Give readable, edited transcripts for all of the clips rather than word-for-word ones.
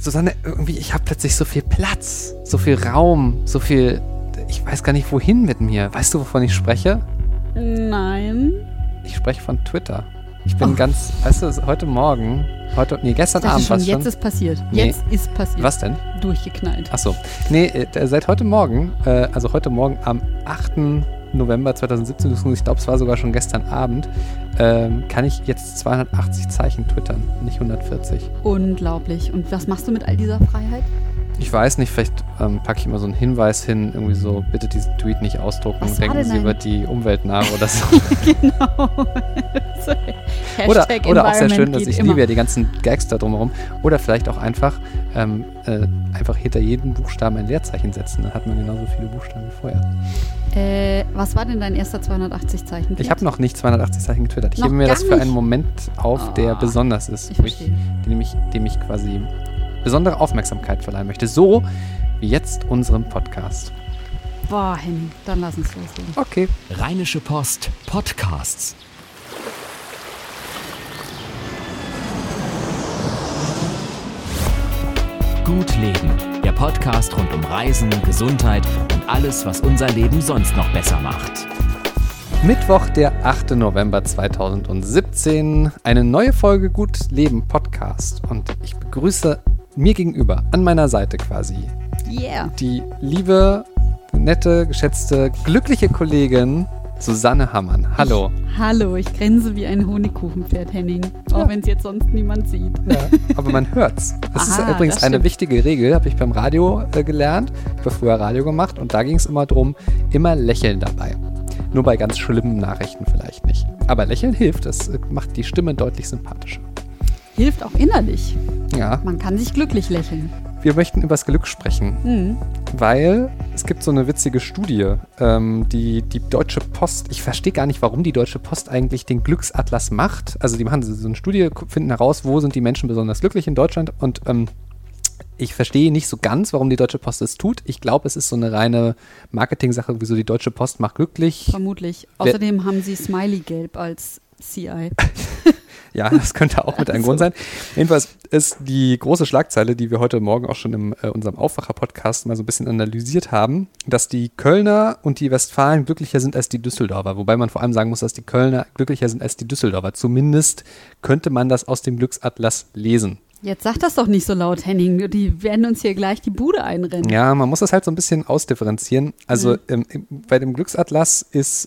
Susanne, irgendwie, ich habe plötzlich so viel Platz, so viel Raum, so viel, ich weiß gar nicht, wohin mit mir. Weißt du, wovon ich spreche? Nein. Ich spreche von Twitter. Ich bin weißt du, gestern Abend schon, was schon. jetzt ist passiert. Nee. Jetzt ist passiert. Was denn? Durchgeknallt. Achso. Nee, seit heute Morgen, also heute Morgen am 8. November 2017, ich glaube, es war sogar schon gestern Abend, kann ich jetzt 280 Zeichen twittern, nicht 140. Unglaublich. Und was machst du mit all dieser Freiheit? Ich weiß nicht, vielleicht packe ich immer so einen Hinweis hin, irgendwie so, bitte diesen Tweet nicht ausdrucken, Was war denken denn Sie über die Umwelt nach oder so. Genau. So, oder auch sehr schön, dass ich immer. liebe ja die ganzen Gags da drumherum. Oder vielleicht auch einfach hinter jedem Buchstaben ein Leerzeichen setzen, dann hat man genauso viele Buchstaben wie vorher. Was war denn dein erster 280 Zeichen? Ich habe noch nicht 280 Zeichen getwittert. Ich Noch hebe mir gar das für nicht? einen Moment auf, der besonders ist, Ich verstehe. dem ich quasi besondere Aufmerksamkeit verleihen möchte. So wie jetzt unserem Podcast. Boah, Henning, dann lass uns loslegen. Okay. Rheinische Post Podcasts. Gut Leben, der Podcast rund um Reisen, Gesundheit und alles, was unser Leben sonst noch besser macht. Mittwoch, der 8. November 2017. Eine neue Folge Gut Leben Podcast. Und ich begrüße mir gegenüber, an meiner Seite quasi, die liebe, nette, geschätzte, glückliche Kollegin Susanne Hammann. Hallo. Hallo, ich grinse wie ein Honigkuchenpferd, Henning. Auch wenn es jetzt sonst niemand sieht. Ja, aber man hört's. Das ist übrigens das eine stimmt. wichtige Regel, habe ich beim Radio gelernt. Ich habe früher Radio gemacht und da ging es immer darum, immer lächeln dabei. Nur bei ganz schlimmen Nachrichten vielleicht nicht. Aber lächeln hilft, das macht die Stimme deutlich sympathischer. Hilft auch innerlich. Ja, Man kann sich glücklich lächeln. wir möchten über das Glück sprechen, weil es gibt so eine witzige Studie, die Deutsche Post, ich verstehe gar nicht, warum die Deutsche Post eigentlich den Glücksatlas macht. Also die machen so eine Studie, finden heraus, wo sind die Menschen besonders glücklich in Deutschland und ich verstehe nicht so ganz, warum die Deutsche Post es tut. Ich glaube, es ist so eine reine Marketing-Sache, wieso die Deutsche Post macht glücklich. Vermutlich. Außerdem haben sie Smiley-Gelb als CI. Ja, das könnte auch mit einem Grund sein. Jedenfalls ist die große Schlagzeile, die wir heute Morgen auch schon in unserem Aufwacher-Podcast mal so ein bisschen analysiert haben, dass die Kölner und die Westfalen glücklicher sind als die Düsseldorfer. Wobei man vor allem sagen muss, dass die Kölner glücklicher sind als die Düsseldorfer. Zumindest könnte man das aus dem Glücksatlas lesen. Jetzt sag das doch nicht so laut, Henning. Die werden uns hier gleich die Bude einrennen. Ja, man muss das halt so ein bisschen ausdifferenzieren. Also bei dem Glücksatlas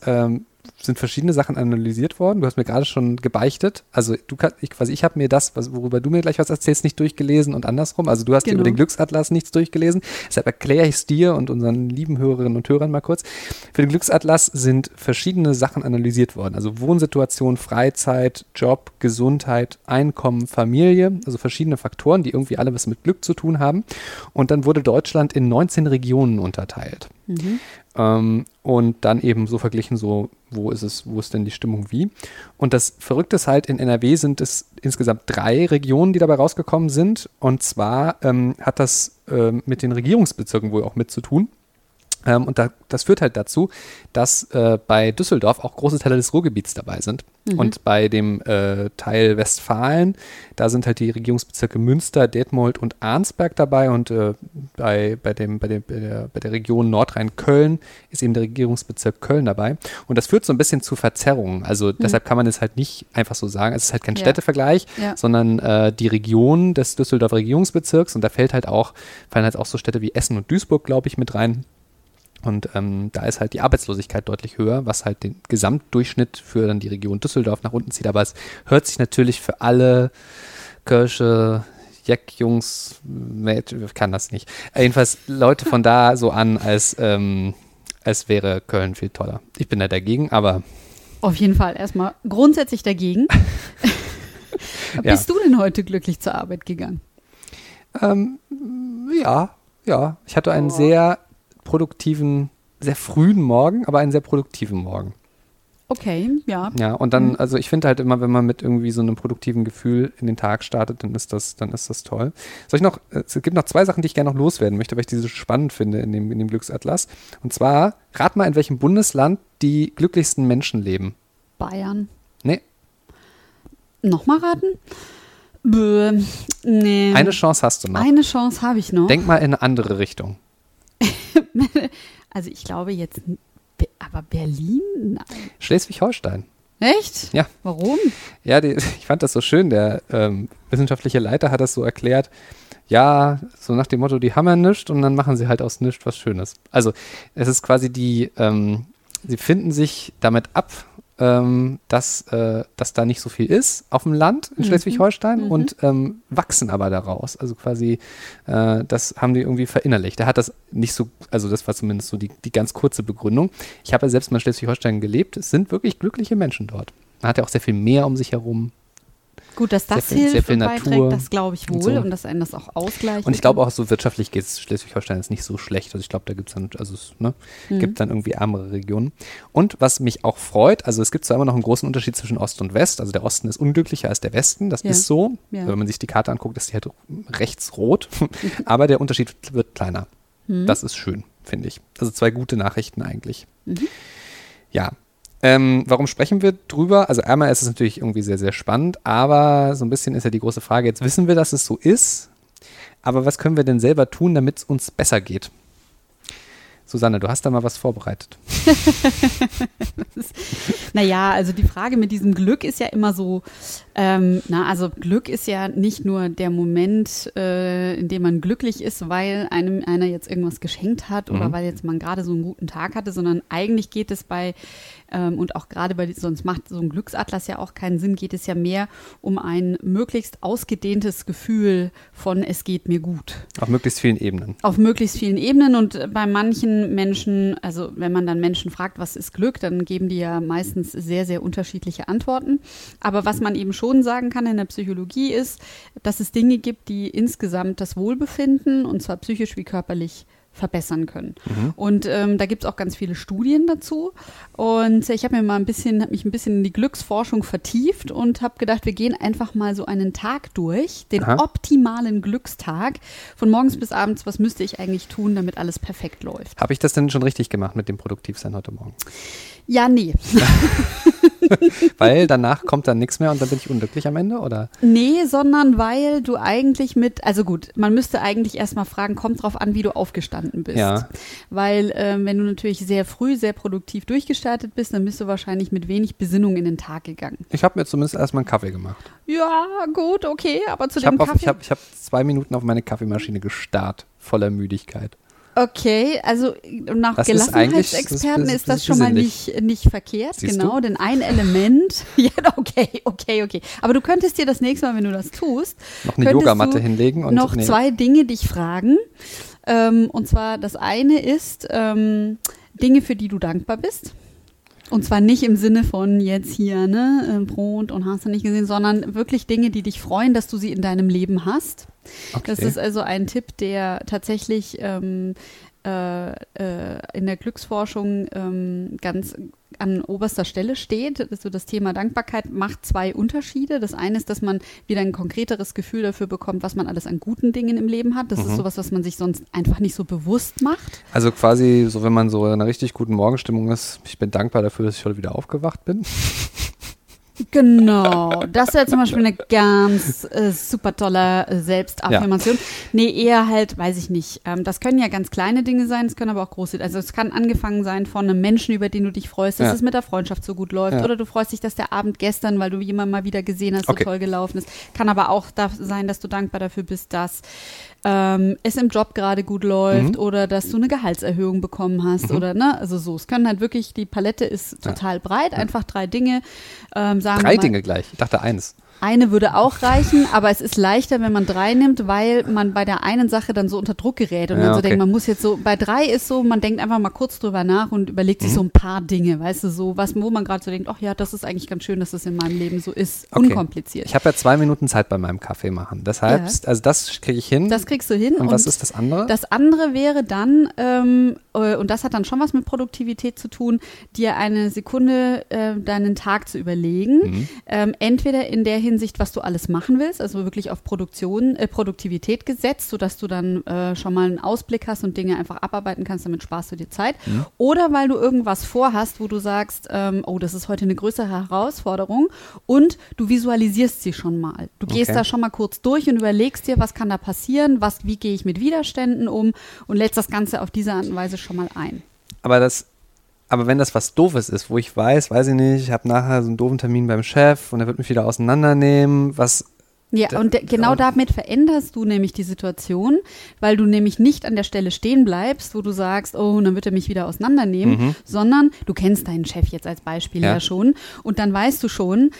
sind verschiedene Sachen analysiert worden. Du hast mir gerade schon gebeichtet. Also ich habe mir das, worüber du mir gleich was erzählst, nicht durchgelesen und andersrum. Also du hast über den Glücksatlas nichts durchgelesen. Deshalb erkläre ich es dir und unseren lieben Hörerinnen und Hörern mal kurz. Für den Glücksatlas sind verschiedene Sachen analysiert worden. Also Wohnsituation, Freizeit, Job, Gesundheit, Einkommen, Familie. Also verschiedene Faktoren, die irgendwie alle was mit Glück zu tun haben. Und dann wurde Deutschland in 19 Regionen unterteilt. Und dann eben so verglichen, so wo ist denn die Stimmung wie. Und das Verrückte ist halt, in NRW sind es insgesamt 3 Regionen, die dabei rausgekommen sind. Und zwar hat das mit den Regierungsbezirken wohl auch mit zu tun. Und das führt halt dazu, dass bei Düsseldorf auch große Teile des Ruhrgebiets dabei sind. Und bei dem Teil Westfalen, da sind halt die Regierungsbezirke Münster, Detmold und Arnsberg dabei. Und bei der Region Nordrhein-Köln ist eben der Regierungsbezirk Köln dabei. Und das führt so ein bisschen zu Verzerrungen. Also deshalb kann man es halt nicht einfach so sagen. Es ist halt kein Städtevergleich, sondern die Region des Düsseldorfer Regierungsbezirks. Und da fallen halt auch so Städte wie Essen und Duisburg, glaube ich, mit rein. Und da ist halt die Arbeitslosigkeit deutlich höher, was halt den Gesamtdurchschnitt für dann die Region Düsseldorf nach unten zieht. Aber es hört sich natürlich für alle Kirsche, Jack-Jungs, ich kann das nicht. Jedenfalls Leute von da so an, als wäre Köln viel toller. Ich bin da dagegen, aber... Auf jeden Fall erstmal grundsätzlich dagegen. Bist du denn heute glücklich zur Arbeit gegangen? Ja. Ich hatte einen sehr frühen Morgen, aber einen sehr produktiven Morgen. Okay, ja. Ja, und dann, also ich finde halt immer, wenn man mit irgendwie so einem produktiven Gefühl in den Tag startet, dann ist das toll. Es gibt noch 2 Sachen, die ich gerne noch loswerden möchte, weil ich die so spannend finde in dem Glücksatlas. Und zwar, rat mal, in welchem Bundesland die glücklichsten Menschen leben. Bayern. Nee. Nochmal raten? Nee. Eine Chance hast du noch. Eine Chance habe ich noch. Denk mal in eine andere Richtung. Also ich glaube jetzt, aber Berlin? Nein. Schleswig-Holstein. Echt? Ja. Warum? Ja, ich fand das so schön. Der wissenschaftliche Leiter hat das so erklärt. Ja, so nach dem Motto, die haben ja nichts und dann machen sie halt aus nichts was Schönes. Also es ist quasi sie finden sich damit ab, dass da nicht so viel ist auf dem Land in Schleswig-Holstein und wachsen aber daraus. Also quasi, das haben die irgendwie verinnerlicht. Der hat das nicht so, also das war zumindest so die ganz kurze Begründung. Ich habe ja selbst mal in Schleswig-Holstein gelebt. Es sind wirklich glückliche Menschen dort. Man hat ja auch sehr viel Meer um sich herum. Gut, dass das hilft und beiträgt, das glaube ich wohl und dass einen das auch ausgleicht. Und ich glaube auch so wirtschaftlich geht es Schleswig-Holstein ist nicht so schlecht. Also ich glaube, da gibt es dann, gibt dann irgendwie ärmere Regionen. Und was mich auch freut, also es gibt zwar immer noch einen großen Unterschied zwischen Ost und West. Also der Osten ist unglücklicher als der Westen, das ist so. Ja. Wenn man sich die Karte anguckt, ist die halt rechts rot. Aber der Unterschied wird kleiner. Das ist schön, finde ich. Also 2 gute Nachrichten eigentlich. Ja. Warum sprechen wir drüber? Also einmal ist es natürlich irgendwie sehr, sehr spannend, aber so ein bisschen ist ja die große Frage, jetzt wissen wir, dass es so ist, aber was können wir denn selber tun, damit es uns besser geht? Susanne, du hast da mal was vorbereitet. Naja, also die Frage mit diesem Glück ist ja immer so, also Glück ist ja nicht nur der Moment, in dem man glücklich ist, weil einem einer jetzt irgendwas geschenkt hat oder weil jetzt man gerade so einen guten Tag hatte, sondern eigentlich geht es und auch gerade sonst macht so ein Glücksatlas ja auch keinen Sinn, geht es ja mehr um ein möglichst ausgedehntes Gefühl von es geht mir gut. Auf möglichst vielen Ebenen. Auf möglichst vielen Ebenen und bei manchen Menschen, also wenn man dann Menschen fragt, was ist Glück, dann geben die ja meistens sehr, sehr unterschiedliche Antworten. Aber was man eben schon sagen kann in der Psychologie ist, dass es Dinge gibt, die insgesamt das Wohlbefinden, und zwar psychisch wie körperlich, verbessern können. Und da gibt es auch ganz viele Studien dazu. Und ich habe mich ein bisschen in die Glücksforschung vertieft und habe gedacht, wir gehen einfach mal so einen Tag durch, den optimalen Glückstag. Von morgens bis abends, was müsste ich eigentlich tun, damit alles perfekt läuft? Habe ich das denn schon richtig gemacht mit dem Produktivsein heute Morgen? Ja, nee. Weil danach kommt dann nichts mehr und dann bin ich unglücklich am Ende, oder? Nee, sondern weil du eigentlich also gut, man müsste eigentlich erstmal fragen, kommt drauf an, wie du aufgestanden bist. Ja. Weil wenn du natürlich sehr früh, sehr produktiv durchgestartet bist, dann bist du wahrscheinlich mit wenig Besinnung in den Tag gegangen. Ich habe mir zumindest erstmal einen Kaffee gemacht. Ja, gut, okay, aber zu dem Kaffee... Ich habe 2 Minuten auf meine Kaffeemaschine gestarrt, voller Müdigkeit. Okay, also nach Gelassenheitsexperten ist das schon mal nicht verkehrt, Siehst genau, du? denn ein Element, ja, okay. Aber du könntest dir das nächste Mal, wenn du das tust, noch eine Yogamatte hinlegen und noch 2 Dinge dich fragen. Und zwar das eine ist Dinge, für die du dankbar bist. Und zwar nicht im Sinne von jetzt hier, Brot und hast du nicht gesehen, sondern wirklich Dinge, die dich freuen, dass du sie in deinem Leben hast. Okay. Das ist also ein Tipp, der tatsächlich in der Glücksforschung ganz an oberster Stelle steht. Also das Thema Dankbarkeit macht 2 Unterschiede. Das eine ist, dass man wieder ein konkreteres Gefühl dafür bekommt, was man alles an guten Dingen im Leben hat. Das ist sowas, was man sich sonst einfach nicht so bewusst macht. Also quasi so, wenn man so in einer richtig guten Morgenstimmung ist, ich bin dankbar dafür, dass ich heute wieder aufgewacht bin. Genau, das wäre zum Beispiel eine ganz super tolle Selbstaffirmation. Ja. Nee, eher halt, weiß ich nicht. Das können ja ganz kleine Dinge sein, es können aber auch große. Also es kann angefangen sein von einem Menschen, über den du dich freust, dass es mit der Freundschaft so gut läuft. Ja. Oder du freust dich, dass der Abend gestern, weil du jemanden mal wieder gesehen hast, so toll gelaufen ist. Kann aber auch sein, dass du dankbar dafür bist, dass es im Job gerade gut läuft oder dass du eine Gehaltserhöhung bekommen hast oder also so. Es können halt wirklich, die Palette ist total breit, einfach 3 Dinge. 3 Dinge gleich, ich dachte 1. Eine würde auch reichen, aber es ist leichter, wenn man 3 nimmt, weil man bei der einen Sache dann so unter Druck gerät und dann so denkt, man muss jetzt so, bei 3 ist so, man denkt einfach mal kurz drüber nach und überlegt sich so ein paar Dinge, weißt du, so was, wo man gerade so denkt, ach ja, das ist eigentlich ganz schön, dass das in meinem Leben so ist, unkompliziert. Ich habe ja 2 Minuten Zeit bei meinem Kaffee machen, deshalb, also das kriege ich hin. Das kriegst du hin. Und was ist das andere? Das andere wäre dann, und das hat dann schon was mit Produktivität zu tun, dir eine Sekunde deinen Tag zu überlegen, entweder in der Hinsicht, was du alles machen willst, also wirklich auf Produktivität gesetzt, sodass du dann schon mal einen Ausblick hast und Dinge einfach abarbeiten kannst, damit sparst du dir Zeit. Oder weil du irgendwas vorhast, wo du sagst, oh, das ist heute eine größere Herausforderung und du visualisierst sie schon mal. Du gehst da schon mal kurz durch und überlegst dir, was kann da passieren, wie gehe ich mit Widerständen um und lädst das Ganze auf diese Art und Weise schon mal ein. Aber wenn das was Doofes ist, wo ich weiß ich nicht, ich habe nachher so einen doofen Termin beim Chef und er wird mich wieder auseinandernehmen, genau damit veränderst du nämlich die Situation, weil du nämlich nicht an der Stelle stehen bleibst, wo du sagst, oh, dann wird er mich wieder auseinandernehmen, sondern du kennst deinen Chef jetzt als Beispiel ja schon und dann weißt du schon,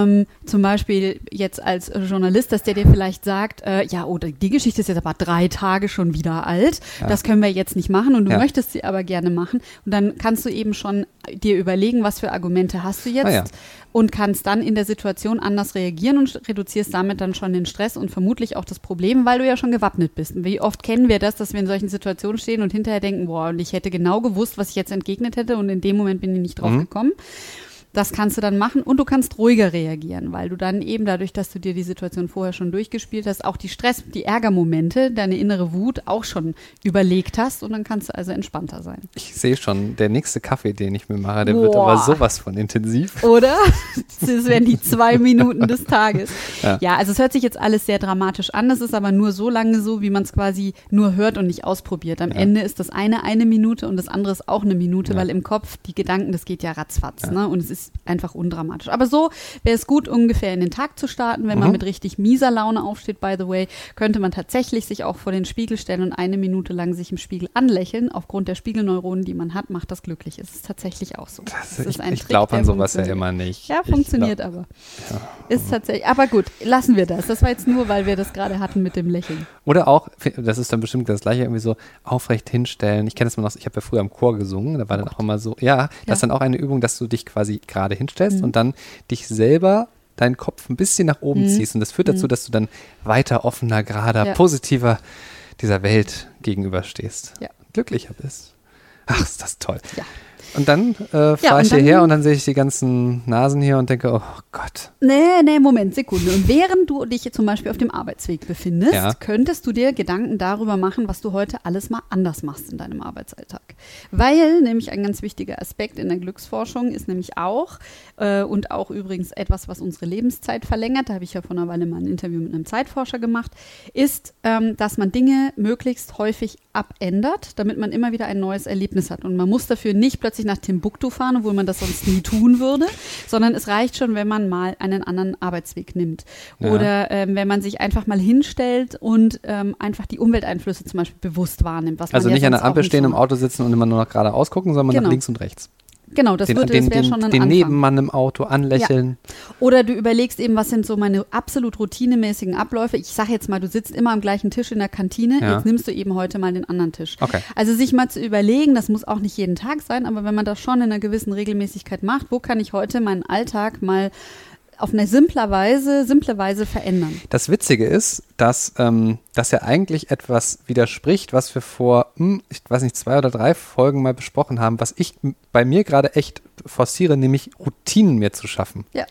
zum Beispiel jetzt als Journalist, dass der dir vielleicht sagt, die Geschichte ist jetzt aber 3 Tage schon wieder alt, das können wir jetzt nicht machen und du möchtest sie aber gerne machen und dann kannst du eben schon dir überlegen, was für Argumente hast du jetzt und kannst dann in der Situation anders reagieren und reduzierst damit dann schon den Stress und vermutlich auch das Problem, weil du ja schon gewappnet bist. Und wie oft kennen wir das, dass wir in solchen Situationen stehen und hinterher denken, boah, und ich hätte genau gewusst, was ich jetzt entgegnet hätte und in dem Moment bin ich nicht drauf gekommen. Das kannst du dann machen und du kannst ruhiger reagieren, weil du dann eben dadurch, dass du dir die Situation vorher schon durchgespielt hast, auch die Ärgermomente, deine innere Wut auch schon überlegt hast und dann kannst du also entspannter sein. Ich sehe schon, der nächste Kaffee, den ich mir mache, der wird aber sowas von intensiv. Oder? Das wären die 2 Minuten des Tages. Ja, also es hört sich jetzt alles sehr dramatisch an, das ist aber nur so lange so, wie man es quasi nur hört und nicht ausprobiert. Am Ende ist das eine Minute und das andere ist auch eine Minute, weil im Kopf die Gedanken, das geht ja ratzfatz, ne? Und es ist einfach undramatisch. Aber so wäre es gut, ungefähr in den Tag zu starten. Wenn man mit richtig mieser Laune aufsteht, by the way, könnte man tatsächlich sich auch vor den Spiegel stellen und 1 Minute lang sich im Spiegel anlächeln. Aufgrund der Spiegelneuronen, die man hat, macht das glücklich. Es ist tatsächlich auch so. Ich glaube an sowas ja immer nicht. Ja, funktioniert aber. Ja. Ist tatsächlich. Aber gut, lassen wir das. Das war jetzt nur, weil wir das gerade hatten mit dem Lächeln. Oder auch, das ist dann bestimmt das Gleiche, irgendwie so aufrecht hinstellen. Ich kenne das mal noch, ich habe ja früher im Chor gesungen, da war dann auch immer so, das ist dann auch eine Übung, dass du dich quasi gerade hinstellst und dann dich selber deinen Kopf ein bisschen nach oben ziehst. Und das führt dazu, dass du dann weiter, offener, gerader, positiver dieser Welt gegenüberstehst. Ja. Glücklicher bist. Ach, ist das toll. Ja. Und dann fahre ich hierher und dann sehe ich die ganzen Nasen hier und denke, oh Gott. Nee, Moment, Sekunde. Und während du dich zum Beispiel auf dem Arbeitsweg befindest, könntest du dir Gedanken darüber machen, was du heute alles mal anders machst in deinem Arbeitsalltag. Weil nämlich ein ganz wichtiger Aspekt in der Glücksforschung ist nämlich auch, und auch übrigens etwas, was unsere Lebenszeit verlängert, da habe ich ja vor einer Weile mal ein Interview mit einem Zeitforscher gemacht, ist, dass man Dinge möglichst häufig abändert, damit man immer wieder ein neues Erlebnis hat. Und man muss dafür nicht plötzlich nach Timbuktu fahren, obwohl man das sonst nie tun würde, sondern es reicht schon, wenn man mal einen anderen Arbeitsweg nimmt. Oder wenn man sich einfach mal hinstellt und einfach die Umwelteinflüsse zum Beispiel bewusst wahrnimmt. Was also man nicht an der Ampel stehen, im Auto sitzen und immer nur noch geradeaus gucken, sondern nach links und rechts. Genau, das wäre schon ein Anfang. Den Nebenmann im Auto anlächeln. Ja. Oder du überlegst eben, was sind so meine absolut routinemäßigen Abläufe. Ich sage jetzt mal, du sitzt immer am gleichen Tisch in der Kantine, jetzt nimmst du eben heute mal den anderen Tisch. Okay. Also sich mal zu überlegen, das muss auch nicht jeden Tag sein, aber wenn man das schon in einer gewissen Regelmäßigkeit macht, wo kann ich heute meinen Alltag mal auf eine simple Weise verändern. Das Witzige ist, dass ja eigentlich etwas widerspricht, was wir vor, ich weiß nicht, 2 oder 3 Folgen mal besprochen haben, was ich bei mir gerade echt forciere, nämlich Routinen mir zu schaffen. Ja.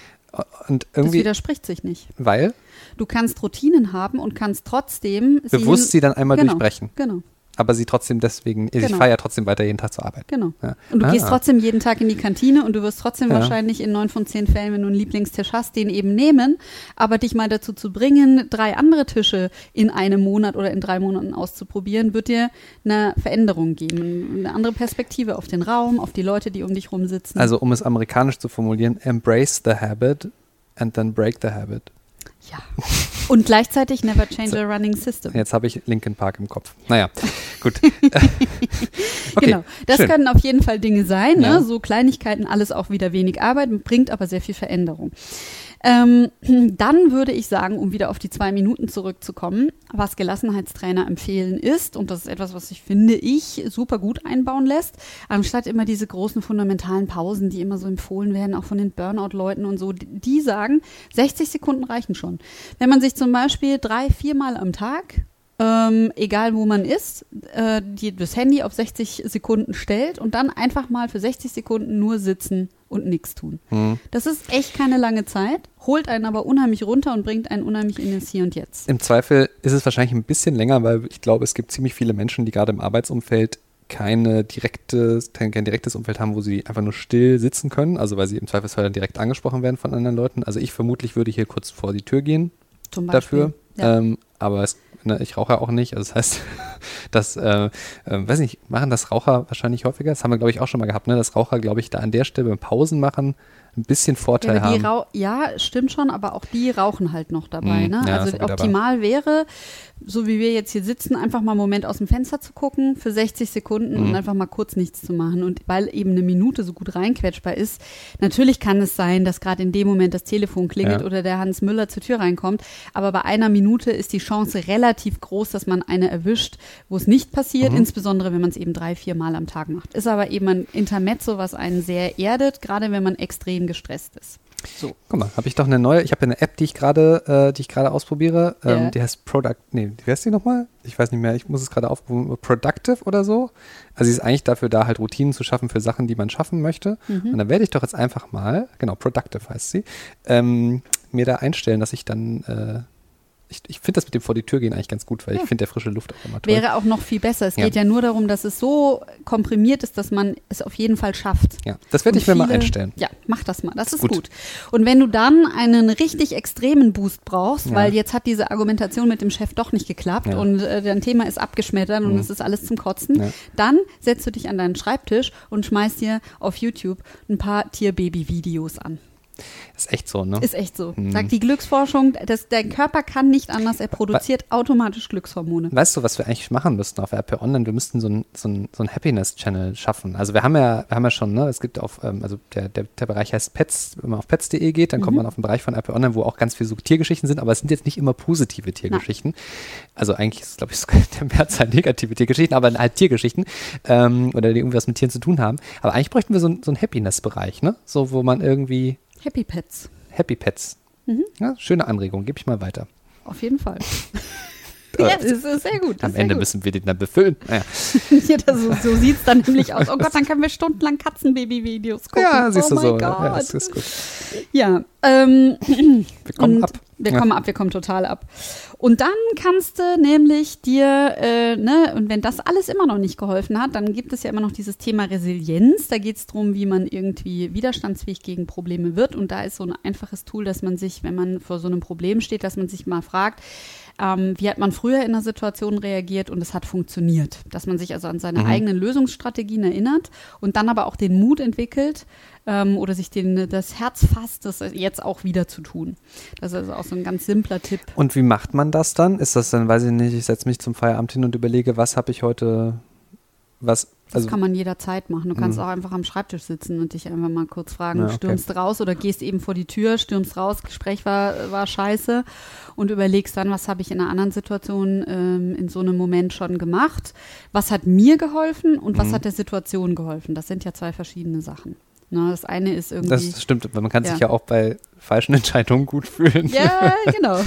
Und irgendwie, das widerspricht sich nicht. Weil? Du kannst Routinen haben und kannst trotzdem bewusst sie dann einmal durchbrechen. Genau. Aber sie trotzdem deswegen, ich fahre ja trotzdem weiter jeden Tag zur Arbeit. Genau. Ja. Und du gehst trotzdem jeden Tag in die Kantine und du wirst trotzdem wahrscheinlich in 9 von 10 Fällen, wenn du einen Lieblingstisch hast, den eben nehmen, aber dich mal dazu zu bringen, 3 andere Tische in einem Monat oder in 3 Monaten auszuprobieren, wird dir eine Veränderung geben, eine andere Perspektive auf den Raum, auf die Leute, die um dich rum sitzen. Also um es amerikanisch zu formulieren, embrace the habit and then break the habit. Ja. Und gleichzeitig never change a running system. Jetzt habe ich Linkin Park im Kopf. Naja, gut. Okay, genau. Das können auf jeden Fall Dinge sein, ne? So Kleinigkeiten, alles auch wieder wenig Arbeit, bringt aber sehr viel Veränderung. Dann würde ich sagen, um wieder auf die 2 Minuten zurückzukommen, was Gelassenheitstrainer empfehlen ist, und das ist etwas, was ich super gut einbauen lässt, anstatt immer diese großen fundamentalen Pausen, die immer so empfohlen werden, auch von den Burnout-Leuten und so, die sagen, 60 Sekunden reichen schon. Wenn man sich zum Beispiel 3-4 Mal am Tag, egal wo man ist, das Handy auf 60 Sekunden stellt und dann einfach mal für 60 Sekunden nur sitzen und nichts tun. Das ist echt keine lange Zeit, holt einen aber unheimlich runter und bringt einen unheimlich in das Hier und Jetzt. Im Zweifel ist es wahrscheinlich ein bisschen länger, weil ich glaube, es gibt ziemlich viele Menschen, die gerade im Arbeitsumfeld kein direktes Umfeld haben, wo sie einfach nur still sitzen können, also weil sie im Zweifelsfall dann direkt angesprochen werden von anderen Leuten. Also ich vermutlich würde hier kurz vor die Tür gehen Zum Beispiel. dafür, aber ich rauche ja auch nicht, also das heißt, weiß nicht, machen das Raucher wahrscheinlich häufiger? Das haben wir, glaube ich, auch schon mal gehabt, ne? Dass Raucher, glaube ich, da an der Stelle beim Pausen machen ein bisschen Vorteil haben. Ja, stimmt schon, aber auch die rauchen halt noch dabei. Ne? Ja, also optimal wäre, so wie wir jetzt hier sitzen, einfach mal einen Moment aus dem Fenster zu gucken für 60 Sekunden und einfach mal kurz nichts zu machen. Und weil eben eine Minute so gut reinquetschbar ist, natürlich kann es sein, dass gerade in dem Moment das Telefon klingelt oder der Hans Müller zur Tür reinkommt, aber bei einer Minute ist die Chance relativ groß, dass man eine erwischt, wo es nicht passiert, insbesondere wenn man es eben 3-4 Mal am Tag macht. Ist aber eben ein Intermezzo, was einen sehr erdet, gerade wenn man extrem gestresst ist. So. Guck mal, ich habe eine App, die ich gerade ausprobiere, die heißt wie heißt die nochmal? Ich weiß nicht mehr, ich muss es gerade aufrufen, Productive oder so. Also sie ist eigentlich dafür da, halt Routinen zu schaffen für Sachen, die man schaffen möchte. Und dann werde ich doch jetzt einfach mal, genau, Productive heißt sie, mir da einstellen, dass ich dann ich finde das mit dem vor die Tür gehen eigentlich ganz gut, weil ich finde der frische Luft auch immer toll. Wäre auch noch viel besser. Es geht ja nur darum, dass es so komprimiert ist, dass man es auf jeden Fall schafft. Ja, das werde ich mir mal einstellen. Ja, mach das mal. Das ist gut. Und wenn du dann einen richtig extremen Boost brauchst, weil jetzt hat diese Argumentation mit dem Chef doch nicht geklappt und dein Thema ist abgeschmettert und es ist alles zum Kotzen, dann setzt du dich an deinen Schreibtisch und schmeißt dir auf YouTube ein paar Tier-Baby-Videos an. Ist echt so, ne? Ist echt so. Sagt die Glücksforschung, dein Körper kann nicht anders, er produziert automatisch Glückshormone. Weißt du, was wir eigentlich machen müssten auf RP Online? Wir müssten so ein Happiness-Channel schaffen. Also wir haben ja schon, ne, es gibt also der Bereich heißt Pets, wenn man auf pets.de geht, dann kommt man auf den Bereich von RP Online, wo auch ganz viele so Tiergeschichten sind, aber es sind jetzt nicht immer positive Tiergeschichten. Also eigentlich ist, glaube ich, sogar der Mehrzahl negative Tiergeschichten, aber halt Tiergeschichten oder die irgendwas mit Tieren zu tun haben. Aber eigentlich bräuchten wir so einen Happiness-Bereich, ne? So, wo man irgendwie Happy Pets. Ja, schöne Anregung, gebe ich mal weiter. Auf jeden Fall. Ja, das ist sehr gut. Am Ende müssen wir den dann befüllen. Naja. So sieht es dann nämlich aus. Oh Gott, dann können wir stundenlang Katzenbaby-Videos gucken. Ja, siehst du so. Gott. Ja, das ist gut. Ja. Wir kommen ab. Wir kommen total ab. Und dann kannst du nämlich dir, und wenn das alles immer noch nicht geholfen hat, dann gibt es ja immer noch dieses Thema Resilienz. Da geht es darum, wie man irgendwie widerstandsfähig gegen Probleme wird. Und da ist so ein einfaches Tool, dass man sich, wenn man vor so einem Problem steht, dass man sich mal fragt, wie hat man früher in einer Situation reagiert und es hat funktioniert. Dass man sich also an seine eigenen Lösungsstrategien erinnert und dann aber auch den Mut entwickelt oder sich das Herz fasst, das jetzt auch wieder zu tun. Das ist also auch so ein ganz simpler Tipp. Und wie macht man das dann? Ist das dann, weiß ich nicht, ich setze mich zum Feierabend hin und überlege, was habe ich heute, das kann man jederzeit machen. Du kannst auch einfach am Schreibtisch sitzen und dich einfach mal kurz fragen, stürmst raus oder gehst eben vor die Tür, stürmst raus, Gespräch war scheiße und überlegst dann, was habe ich in einer anderen Situation in so einem Moment schon gemacht, was hat mir geholfen und was hat der Situation geholfen. Das sind ja zwei verschiedene Sachen. Na, das eine ist irgendwie... Das stimmt, weil man kann sich ja auch bei falschen Entscheidungen gut fühlen. Ja, genau.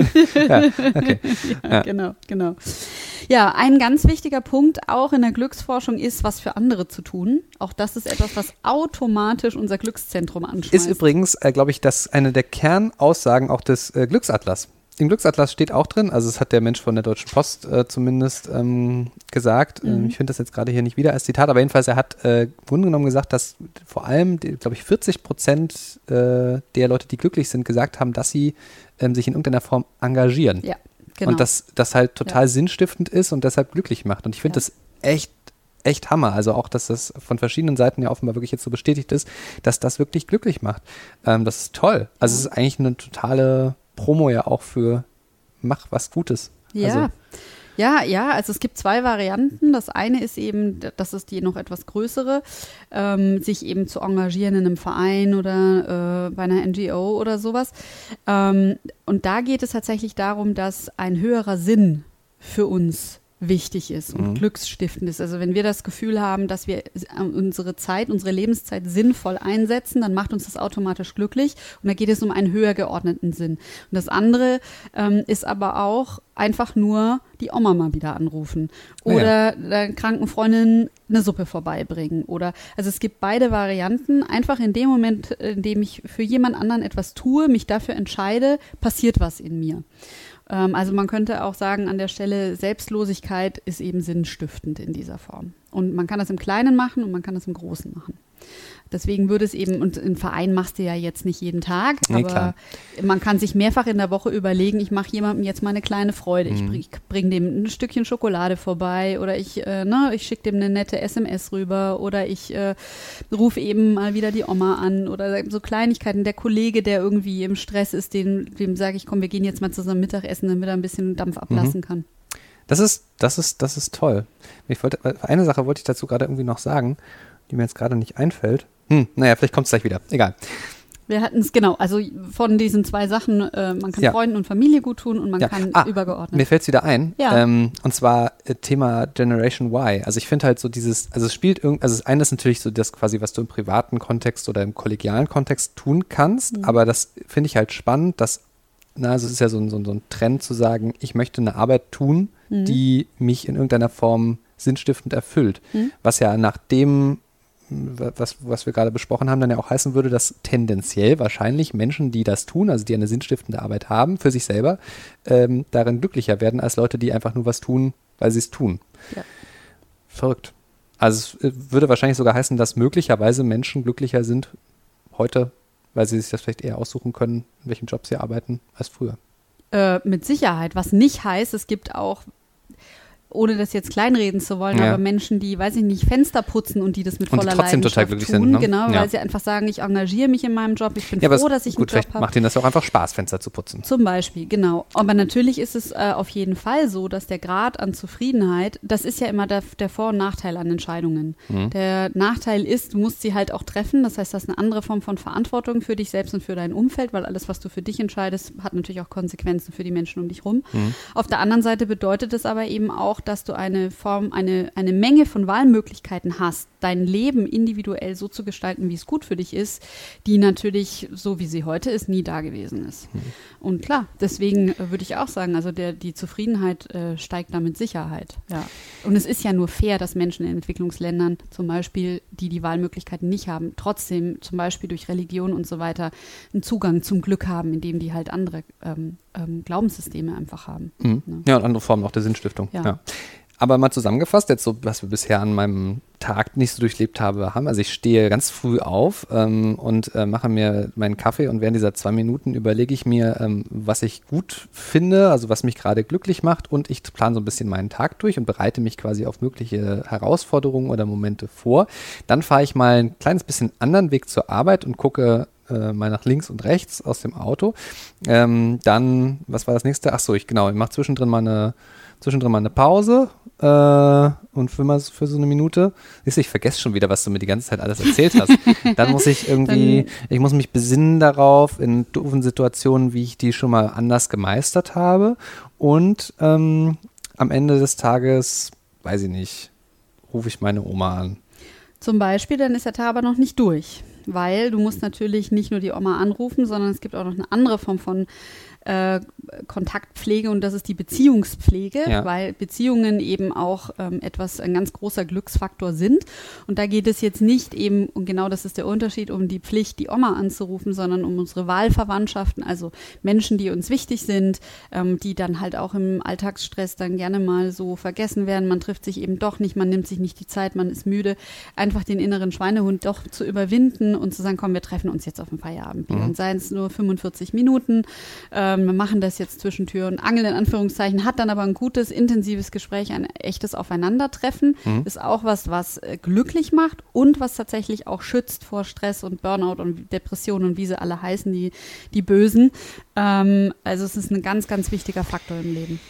Genau. Ja, ein ganz wichtiger Punkt auch in der Glücksforschung ist, was für andere zu tun. Auch das ist etwas, was automatisch unser Glückszentrum anschmeißt. Ist übrigens, glaube ich, eine der Kernaussagen auch des Glücksatlas. Im Glücksatlas steht auch drin, also es hat der Mensch von der Deutschen Post zumindest gesagt, ich finde das jetzt gerade hier nicht wieder als Zitat, aber jedenfalls, er hat im Grunde genommen gesagt, dass vor allem, glaube ich, 40% der Leute, die glücklich sind, gesagt haben, dass sie sich in irgendeiner Form engagieren. Ja, genau. Und dass das halt total sinnstiftend ist und deshalb glücklich macht. Und ich finde das echt Hammer. Also auch, dass das von verschiedenen Seiten ja offenbar wirklich jetzt so bestätigt ist, dass das wirklich glücklich macht. Das ist toll. Also es ist eigentlich eine totale Promo ja auch für mach was Gutes. Ja. Ja, also es gibt zwei Varianten. Das eine ist eben, das ist die noch etwas größere, sich eben zu engagieren in einem Verein oder bei einer NGO oder sowas. Und da geht es tatsächlich darum, dass ein höherer Sinn für uns wichtig ist und glücksstiftend ist. Also wenn wir das Gefühl haben, dass wir unsere Lebenszeit sinnvoll einsetzen, dann macht uns das automatisch glücklich und da geht es um einen höher geordneten Sinn. Und das andere ist aber auch einfach nur die Oma mal wieder anrufen oder der kranken Freundin eine Suppe vorbeibringen also es gibt beide Varianten. Einfach in dem Moment, in dem ich für jemand anderen etwas tue, mich dafür entscheide, passiert was in mir. Also man könnte auch sagen, an der Stelle, Selbstlosigkeit ist eben sinnstiftend in dieser Form. Und man kann das im Kleinen machen und man kann das im Großen machen. Deswegen würde es eben, und im Verein machst du ja jetzt nicht jeden Tag, aber klar. Man kann sich mehrfach in der Woche überlegen, ich mache jemandem jetzt mal eine kleine Freude. Ich bringe dem ein Stückchen Schokolade vorbei oder ich schicke dem eine nette SMS rüber oder ich rufe eben mal wieder die Oma an oder so Kleinigkeiten. Der Kollege, der irgendwie im Stress ist, dem sage ich, komm, wir gehen jetzt mal zusammen Mittagessen, damit er ein bisschen Dampf ablassen kann. Das ist toll. Eine Sache wollte ich dazu gerade irgendwie noch sagen, die mir jetzt gerade nicht einfällt. Naja, vielleicht kommt es gleich wieder. Egal. Wir hatten es, genau, also von diesen zwei Sachen, man kann Freunden und Familie gut tun und man kann übergeordnet. Mir fällt es wieder ein. Ja. Und zwar Thema Generation Y. Also ich finde halt so das eine ist natürlich so das quasi, was du im privaten Kontext oder im kollegialen Kontext tun kannst, aber das finde ich halt spannend, dass, also es ist ja so ein Trend zu sagen, ich möchte eine Arbeit tun, die mich in irgendeiner Form sinnstiftend erfüllt. Was ja nach dem, was wir gerade besprochen haben, dann ja auch heißen würde, dass tendenziell wahrscheinlich Menschen, die das tun, also die eine sinnstiftende Arbeit haben für sich selber, darin glücklicher werden als Leute, die einfach nur was tun, weil sie es tun. Ja. Verrückt. Also es würde wahrscheinlich sogar heißen, dass möglicherweise Menschen glücklicher sind heute, weil sie sich das vielleicht eher aussuchen können, in welchem Job sie arbeiten, als früher. Mit Sicherheit. Was nicht heißt, es gibt auch, ohne das jetzt kleinreden zu wollen, aber Menschen, die, weiß ich nicht, Fenster putzen und die das mit voller trotzdem Leidenschaft total glücklich tun, sind, ne? Genau, weil sie einfach sagen, ich engagiere mich in meinem Job, ich bin froh, dass ich einen Job habe. Vielleicht macht ihnen das auch einfach Spaß, Fenster zu putzen. Zum Beispiel, genau. Aber natürlich ist es auf jeden Fall so, dass der Grad an Zufriedenheit, das ist ja immer der Vor- und Nachteil an Entscheidungen. Der Nachteil ist, du musst sie halt auch treffen, das heißt, das ist eine andere Form von Verantwortung für dich selbst und für dein Umfeld, weil alles, was du für dich entscheidest, hat natürlich auch Konsequenzen für die Menschen um dich rum. Auf der anderen Seite bedeutet es aber eben auch, dass du eine Menge von Wahlmöglichkeiten hast, dein Leben individuell so zu gestalten, wie es gut für dich ist, die natürlich, so wie sie heute ist, nie da gewesen ist. Und klar, deswegen würde ich auch sagen, also die Zufriedenheit steigt da mit Sicherheit. Ja. Und es ist ja nur fair, dass Menschen in Entwicklungsländern zum Beispiel, die Wahlmöglichkeiten nicht haben, trotzdem zum Beispiel durch Religion und so weiter einen Zugang zum Glück haben, indem die halt andere Glaubenssysteme einfach haben. Ne? Ja, und andere Formen auch der Sinnstiftung. Ja. Aber mal zusammengefasst, jetzt so, was wir bisher an meinem Tag nicht so durchlebt haben. Also ich stehe ganz früh auf und mache mir meinen Kaffee und während dieser 2 Minuten überlege ich mir, was ich gut finde, also was mich gerade glücklich macht und ich plane so ein bisschen meinen Tag durch und bereite mich quasi auf mögliche Herausforderungen oder Momente vor. Dann fahre ich mal ein kleines bisschen anderen Weg zur Arbeit und gucke mal nach links und rechts aus dem Auto. Dann, was war das nächste? Achso, ich mache zwischendrin mal eine Pause und für so eine Minute. Siehst du, ich vergesse schon wieder, was du mir die ganze Zeit alles erzählt hast. Dann muss ich ich muss mich besinnen darauf, in doofen Situationen, wie ich die schon mal anders gemeistert habe. Und am Ende des Tages, weiß ich nicht, rufe ich meine Oma an. Zum Beispiel, dann ist der Tag aber noch nicht durch. Weil du musst natürlich nicht nur die Oma anrufen, sondern es gibt auch noch eine andere Form von Kontaktpflege und das ist die Beziehungspflege, weil Beziehungen eben auch ein ganz großer Glücksfaktor sind. Und da geht es jetzt nicht eben, und genau das ist der Unterschied, um die Pflicht, die Oma anzurufen, sondern um unsere Wahlverwandtschaften, also Menschen, die uns wichtig sind, die dann halt auch im Alltagsstress dann gerne mal so vergessen werden. Man trifft sich eben doch nicht, man nimmt sich nicht die Zeit, man ist müde. Einfach den inneren Schweinehund doch zu überwinden und zu sagen, komm, wir treffen uns jetzt auf ein Feierabendbier. Und seien es nur 45 Minuten, wir machen das jetzt zwischen Tür und Angel in Anführungszeichen, hat dann aber ein gutes, intensives Gespräch, ein echtes Aufeinandertreffen, ist auch was glücklich macht und was tatsächlich auch schützt vor Stress und Burnout und Depressionen und wie sie alle heißen, die Bösen. Also es ist ein ganz, ganz wichtiger Faktor im Leben.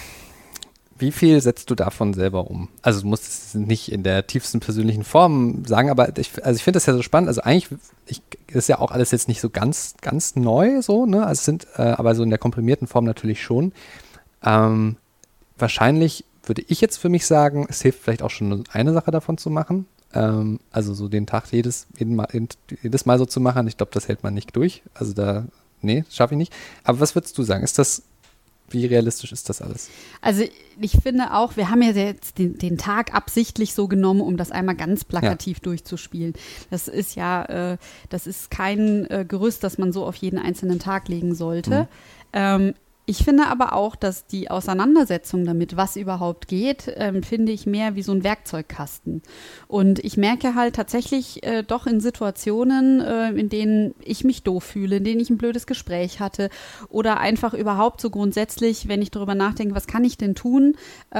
Wie viel setzt du davon selber um? Also du musst es nicht in der tiefsten persönlichen Form sagen, aber ich finde das ja so spannend. Also eigentlich ist ja auch alles jetzt nicht so ganz, ganz neu so, ne? Also aber so in der komprimierten Form natürlich schon. Wahrscheinlich würde ich jetzt für mich sagen, es hilft vielleicht auch schon eine Sache davon zu machen. Also so den Tag jedes Mal so zu machen. Ich glaube, das hält man nicht durch. Also das schaffe ich nicht. Aber was würdest du sagen? Wie realistisch ist das alles? Also ich finde auch, wir haben ja jetzt den Tag absichtlich so genommen, um das einmal ganz plakativ durchzuspielen. Das ist das ist kein Gerüst, das man so auf jeden einzelnen Tag legen sollte. Ich finde aber auch, dass die Auseinandersetzung damit, was überhaupt geht, finde ich mehr wie so ein Werkzeugkasten. Und ich merke halt tatsächlich doch in Situationen, in denen ich mich doof fühle, in denen ich ein blödes Gespräch hatte oder einfach überhaupt so grundsätzlich, wenn ich darüber nachdenke, was kann ich denn tun,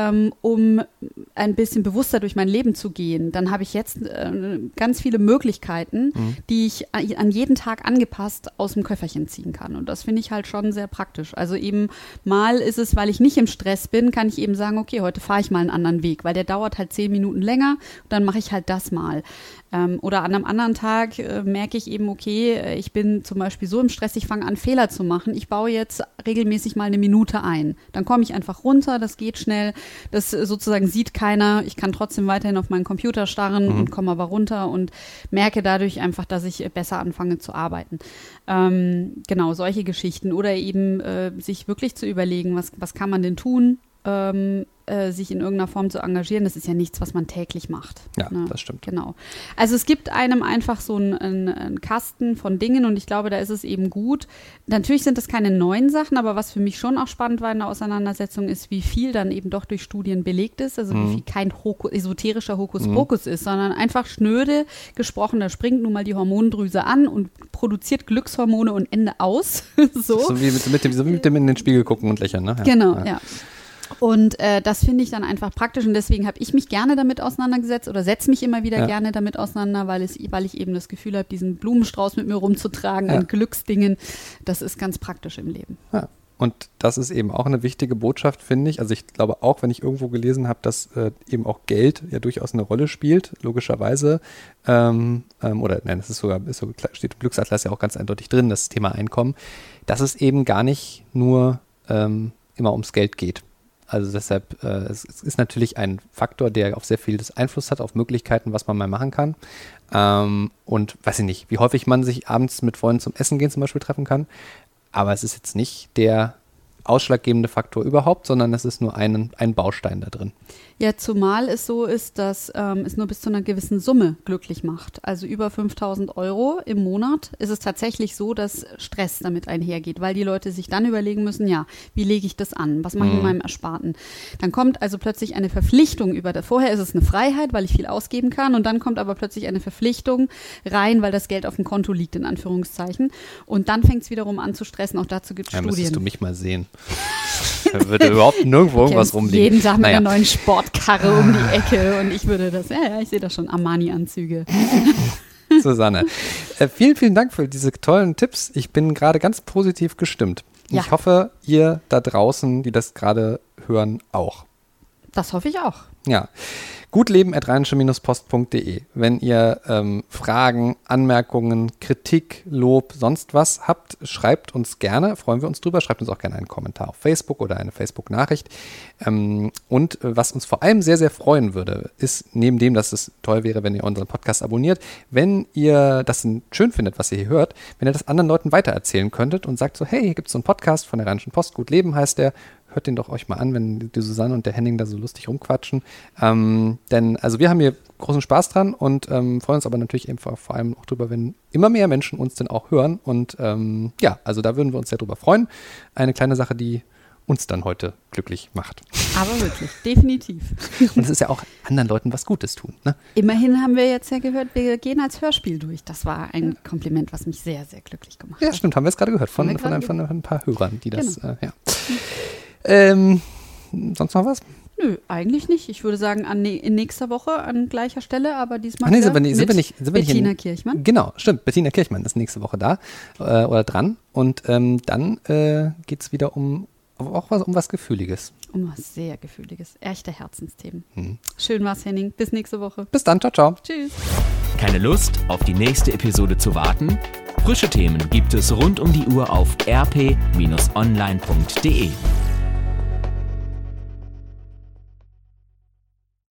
um ein bisschen bewusster durch mein Leben zu gehen, dann habe ich jetzt ganz viele Möglichkeiten, die ich an jeden Tag angepasst aus dem Köfferchen ziehen kann. Und das finde ich halt schon sehr praktisch. Also eben mal ist es, weil ich nicht im Stress bin, kann ich eben sagen, okay, heute fahre ich mal einen anderen Weg, weil der dauert halt 10 Minuten länger und dann mache ich halt das mal. Oder an einem anderen Tag merke ich eben, okay, ich bin zum Beispiel so im Stress, ich fange an, Fehler zu machen. Ich baue jetzt regelmäßig mal 1 Minute ein. Dann komme ich einfach runter, das geht schnell, das sozusagen sieht keiner. Ich kann trotzdem weiterhin auf meinen Computer starren und komme aber runter und merke dadurch einfach, dass ich besser anfange zu arbeiten. Genau, solche Geschichten. Oder eben sich wirklich zu überlegen, was kann man denn tun, sich in irgendeiner Form zu engagieren. Das ist ja nichts, was man täglich macht. Ja, das stimmt. Genau. Also es gibt einem einfach so einen Kasten von Dingen und ich glaube, da ist es eben gut. Natürlich sind das keine neuen Sachen, aber was für mich schon auch spannend war in der Auseinandersetzung ist, wie viel dann eben doch durch Studien belegt ist, also wie viel kein esoterischer Hokuspokus ist, sondern einfach schnöde gesprochen, da springt nun mal die Hormondrüse an und produziert Glückshormone und Ende aus. So wie mit dem in den Spiegel gucken und lächeln, ne? Ja. Genau, ja. Und das finde ich dann einfach praktisch und deswegen habe ich mich gerne damit auseinandergesetzt oder setze mich immer wieder gerne damit auseinander, weil ich eben das Gefühl habe, diesen Blumenstrauß mit mir rumzutragen an Glücksdingen, das ist ganz praktisch im Leben. Ja. Und das ist eben auch eine wichtige Botschaft, finde ich. Also ich glaube auch, wenn ich irgendwo gelesen habe, dass eben auch Geld ja durchaus eine Rolle spielt, logischerweise. Das ist sogar steht im Glücksatlas ja auch ganz eindeutig drin, das Thema Einkommen, dass es eben gar nicht nur immer ums Geld geht. Also deshalb, es ist natürlich ein Faktor, der auf sehr vieles Einfluss hat, auf Möglichkeiten, was man mal machen kann. Und weiß ich nicht, wie häufig man sich abends mit Freunden zum Essen gehen zum Beispiel treffen kann. Aber es ist jetzt nicht der ausschlaggebende Faktor überhaupt, sondern es ist nur ein Baustein da drin. Ja, zumal es so ist, dass es nur bis zu einer gewissen Summe glücklich macht. Also über 5.000 € im Monat ist es tatsächlich so, dass Stress damit einhergeht, weil die Leute sich dann überlegen müssen, ja, wie lege ich das an? Was mache ich mit meinem Ersparten? Dann kommt also plötzlich eine Verpflichtung vorher ist es eine Freiheit, weil ich viel ausgeben kann und dann kommt aber plötzlich eine Verpflichtung rein, weil das Geld auf dem Konto liegt, in Anführungszeichen. Und dann fängt es wiederum an zu stressen. Auch dazu gibt es Studien. Müsstest du mich mal sehen. Da würde überhaupt nirgendwo irgendwas rumliegen. Jeden Tag mit einer neuen Sportkarre um die Ecke und ich würde das, ich sehe das schon, Armani-Anzüge. Susanne, vielen, vielen Dank für diese tollen Tipps. Ich bin gerade ganz positiv gestimmt. Ja. Ich hoffe, ihr da draußen, die das gerade hören, auch. Das hoffe ich auch. Ja. gutleben@rheinische-post.de. Wenn ihr Fragen, Anmerkungen, Kritik, Lob, sonst was habt, schreibt uns gerne, freuen wir uns drüber. Schreibt uns auch gerne einen Kommentar auf Facebook oder eine Facebook-Nachricht. Und was uns vor allem sehr, sehr freuen würde, ist, neben dem, dass es toll wäre, wenn ihr unseren Podcast abonniert, wenn ihr das schön findet, was ihr hier hört, wenn ihr das anderen Leuten weitererzählen könntet und sagt so, hey, hier gibt es so einen Podcast von der Rheinischen Post, Gut Leben heißt der. Hört den doch euch mal an, wenn die Susanne und der Henning da so lustig rumquatschen. Denn also wir haben hier großen Spaß dran und freuen uns aber natürlich eben vor allem auch drüber, wenn immer mehr Menschen uns denn auch hören. Und also da würden wir uns sehr drüber freuen. Eine kleine Sache, die uns dann heute glücklich macht. Aber wirklich, definitiv. Und es ist ja auch anderen Leuten was Gutes tun. Ne? Immerhin haben wir jetzt ja gehört, wir gehen als Hörspiel durch. Das war ein Kompliment, was mich sehr, sehr glücklich gemacht hat. Ja, stimmt, haben wir es gerade gehört von ein paar Hörern, die das, genau. Sonst noch was? Nö, eigentlich nicht. Ich würde sagen, in nächster Woche an gleicher Stelle, aber diesmal sind wir nicht Bettina Kirchmann. Genau, stimmt. Bettina Kirchmann ist nächste Woche da oder dran. Und dann geht es wieder um was Gefühliges. Um was sehr Gefühliges. Echte Herzensthemen. Schön war's, Henning. Bis nächste Woche. Bis dann. Ciao, ciao. Tschüss. Keine Lust, auf die nächste Episode zu warten? Frische Themen gibt es rund um die Uhr auf rp-online.de.